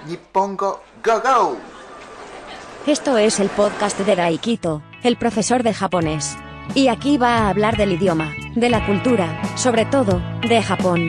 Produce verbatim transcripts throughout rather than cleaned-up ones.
Nippongo Go Go. Esto es el podcast de Daikito, el profesor de japonés. Y aquí va a hablar del idioma, de la cultura, sobre todo, de Japón.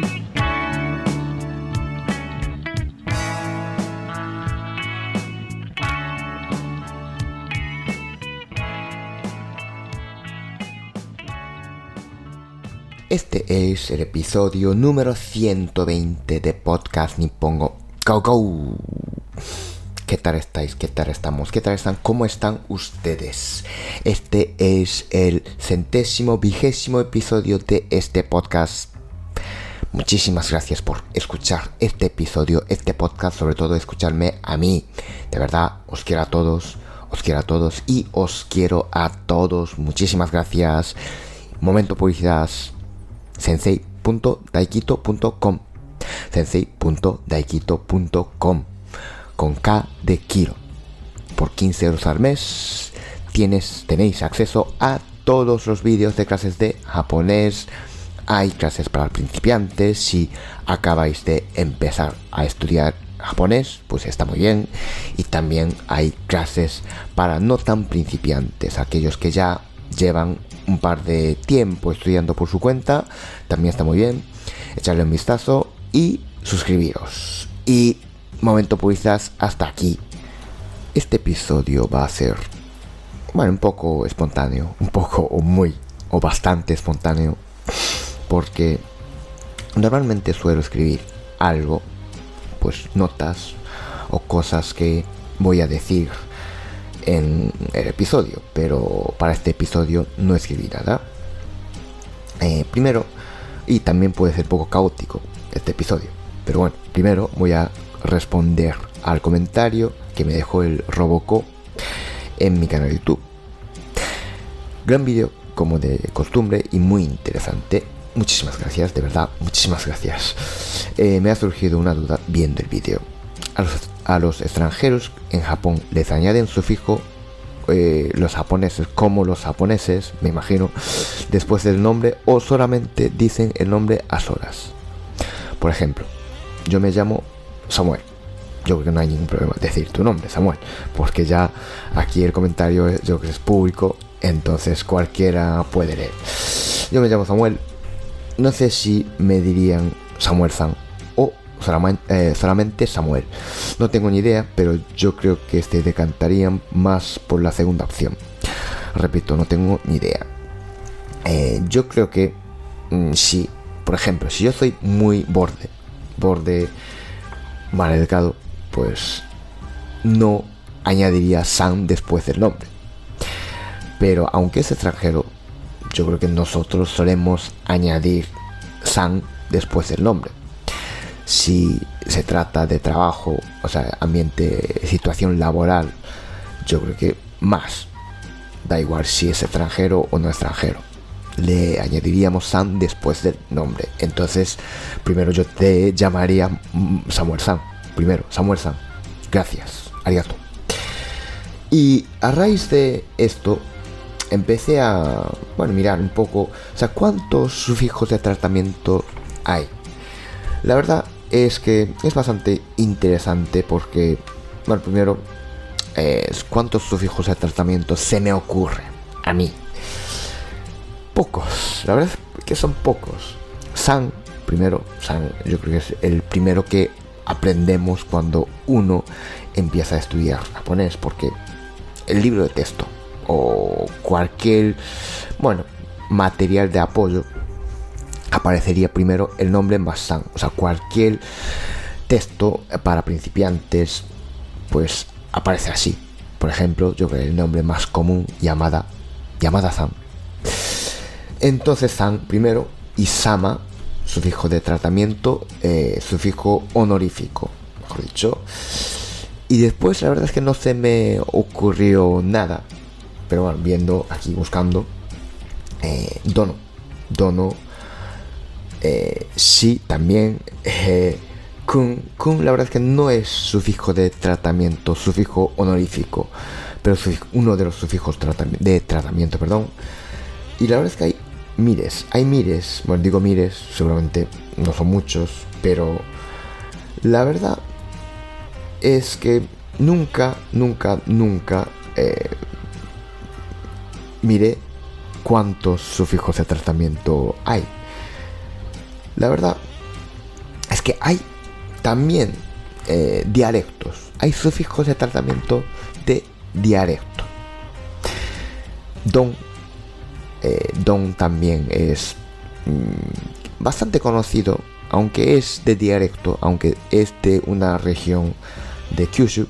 Este es el episodio número ciento veinte de Podcast Nippongo Go Go. ¿Qué tal estáis? ¿Qué tal estamos? ¿Qué tal están? ¿Cómo están ustedes? Este es el centésimo vigésimo episodio de este podcast. Muchísimas gracias por escuchar este episodio, este podcast, sobre todo escucharme a mí. De verdad, os quiero a todos, os quiero a todos y os quiero a todos. Muchísimas gracias. Momento publicidad. sensei punto daikito punto com sensei punto daikito punto com con K de Kiro. Por quince euros al mes tienes, tenéis acceso a todos los vídeos de clases de japonés. Hay clases para principiantes. Si acabáis de empezar a estudiar japonés, pues está muy bien. Y también hay clases para no tan principiantes, aquellos que ya llevan un par de tiempo estudiando por su cuenta. También está muy bien. Echarle un vistazo y suscribiros. Y momento publicidad hasta aquí. Este episodio va a ser, bueno, un poco espontáneo, un poco o muy o bastante espontáneo, porque normalmente suelo escribir algo, pues notas o cosas que voy a decir en el episodio, pero para este episodio no escribí nada. Eh, primero, y también puede ser poco caótico este episodio, pero bueno, primero voy a responder al comentario que me dejó el Robocop en mi canal de YouTube. Gran vídeo, como de costumbre, y muy interesante. Muchísimas gracias, de verdad, muchísimas gracias. Eh, me ha surgido una duda viendo el vídeo. A los, a los extranjeros en Japón les añaden sufijo eh, los japoneses, como los japoneses, me imagino, después del nombre, o solamente dicen el nombre a solas. Por ejemplo, yo me llamo Samuel. Yo creo que no hay ningún problema decir tu nombre, Samuel, porque ya aquí el comentario es, yo creo que es público, entonces cualquiera puede leer. Yo me llamo Samuel. No sé si me dirían Samuel-san o solamente, eh, solamente Samuel. No tengo ni idea, pero yo creo que se decantarían más por la segunda opción. Repito, no tengo ni idea. Eh, yo creo que mmm, si, por ejemplo, si yo soy muy borde, borde mal educado, pues no añadiría san después del nombre. Pero aunque es extranjero, yo creo que nosotros solemos añadir san después del nombre. Si se trata de trabajo, o sea, ambiente, situación laboral, yo creo que más. Da igual si es extranjero o no extranjero. Le añadiríamos san después del nombre. Entonces, primero yo te llamaría Samuel-san. Primero, Samuel-san. Gracias. Arigato. Y a raíz de esto, empecé a, bueno, mirar un poco, o sea, cuántos sufijos de tratamiento hay. La verdad es que es bastante interesante porque, bueno, primero, eh, cuántos sufijos de tratamiento se me ocurre a mí. Pocos, la verdad es que son pocos. San, primero, san, yo creo que es el primero que aprendemos cuando uno empieza a estudiar japonés, porque el libro de texto o cualquier, bueno, material de apoyo aparecería primero el nombre más san. O sea, cualquier texto para principiantes pues aparece así. Por ejemplo, yo creo que el nombre más común, Yamada, Yamada-san. Entonces san primero y sama, sufijo de tratamiento, eh, sufijo honorífico, mejor dicho. Y después la verdad es que no se me ocurrió nada. Pero bueno, viendo aquí, buscando, eh, dono, dono, eh, sí, también, eh, kun, kun, la verdad es que no es sufijo de tratamiento, sufijo honorífico, pero sufijo, uno de los sufijos tratami- de tratamiento, perdón. Y la verdad es que hay mires, hay mires, bueno, digo mires, seguramente no son muchos, pero la verdad es que nunca, nunca, nunca eh, miré cuántos sufijos de tratamiento hay. La verdad es que hay también eh, dialectos. Hay sufijos de tratamiento de dialecto. Don, eh, don también es mmm, bastante conocido, aunque es de dialecto, aunque es de una región de Kyushu.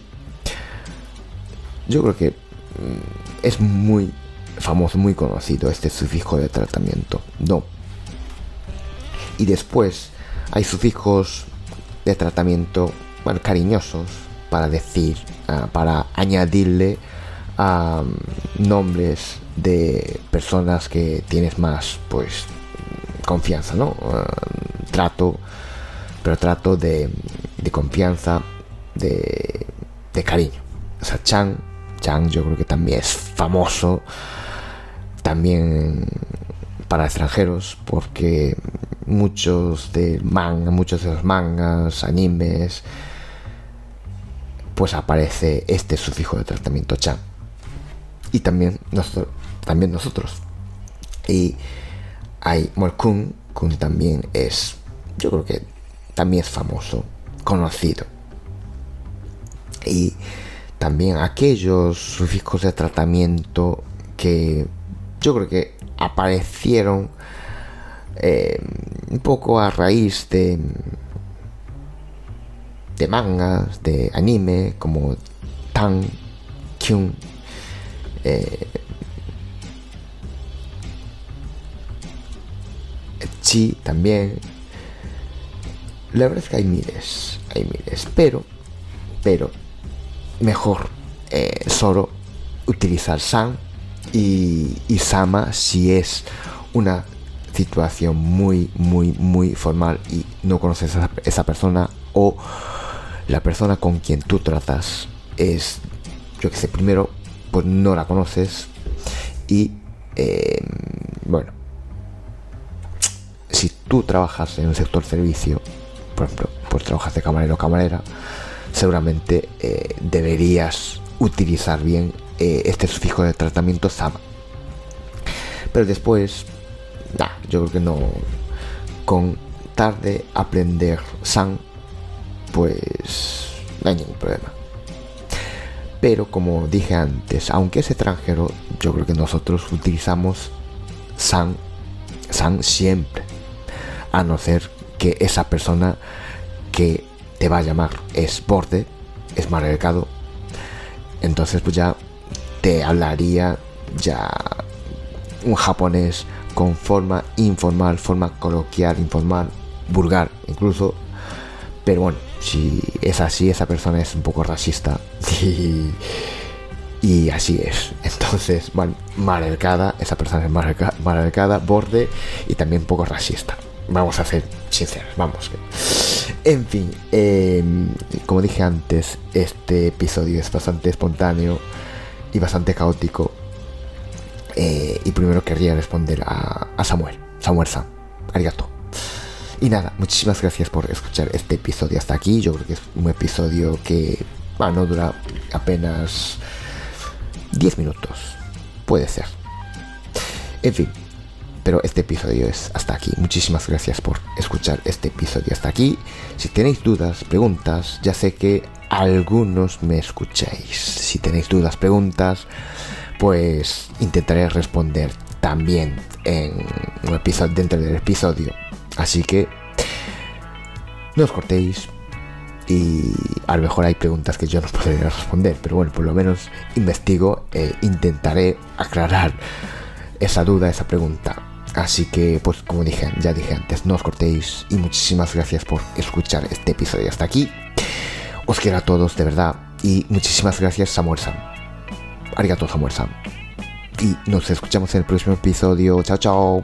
Yo creo que mmm, es muy famoso, muy conocido este sufijo de tratamiento, don. Y después hay sufijos de tratamiento, bueno, cariñosos, para decir, uh, para añadirle a um, nombres de personas que tienes más, pues, confianza, ¿no? Uh, trato, pero trato de, de confianza, de, de cariño. O sea, Chan, Chan yo creo que también es famoso, también para extranjeros, porque muchos de manga, muchos de los mangas, animes, pues aparece este sufijo de tratamiento Chan. Y también nosotros, también nosotros. Y hay bueno, Kun, Kun también es, yo creo que también es famoso, conocido. Y también aquellos sufijos de tratamiento que yo creo que aparecieron eh, un poco a raíz de de mangas, de anime, como Tan, Kyun, eh, Chi también. La verdad es que hay miles, hay miles, pero, pero mejor eh, solo utilizar San y, y Sama si es una situación muy, muy, muy formal y no conoces a esa, esa persona, o la persona con quien tú tratas es, yo que sé, primero, pues no la conoces y, eh, bueno, si tú trabajas en un sector servicio, por ejemplo, pues trabajas de camarero o camarera, seguramente eh, deberías utilizar bien eh, este sufijo de tratamiento Sama. Pero después, nah, yo creo que no, con tarde aprender San, pues no hay ningún problema. Pero como dije antes, aunque es extranjero, yo creo que nosotros utilizamos San, San siempre, a no ser que esa persona que te va a llamar es borde, es mal educado, entonces pues ya te hablaría ya un japonés con forma informal, forma coloquial, informal, vulgar incluso. Pero bueno, si es así, esa persona es un poco racista y, y así es. Entonces, mal, mal educada, esa persona es mal, mal educada, borde y también un poco racista. Vamos a ser sinceros, vamos. En fin, eh, como dije antes, este episodio es bastante espontáneo y bastante caótico. Eh, y primero querría responder a, a Samuel, Samuel-san, arigato. Y nada, muchísimas gracias por escuchar este episodio hasta aquí. Yo creo que es un episodio que, bueno, dura apenas diez minutos, puede ser. En fin, pero este episodio es hasta aquí. Muchísimas gracias por escuchar este episodio hasta aquí. Si tenéis dudas, preguntas, ya sé que algunos me escucháis. Si tenéis dudas, preguntas, pues intentaré responder también en un episodio, dentro del episodio. Así que no os cortéis, y a lo mejor hay preguntas que yo no podré responder, pero bueno, por lo menos investigo e intentaré aclarar esa duda, esa pregunta. Así que, pues como dije, ya dije antes, no os cortéis, y muchísimas gracias por escuchar este episodio hasta aquí. Os quiero a todos, de verdad, y muchísimas gracias, Samuel-san. Arigato, Samuel-san. Y nos escuchamos en el próximo episodio. Chao, chao.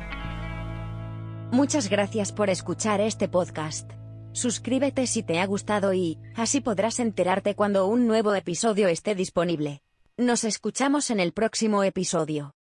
Muchas gracias por escuchar este podcast. Suscríbete si te ha gustado y, así podrás enterarte cuando un nuevo episodio esté disponible. Nos escuchamos en el próximo episodio.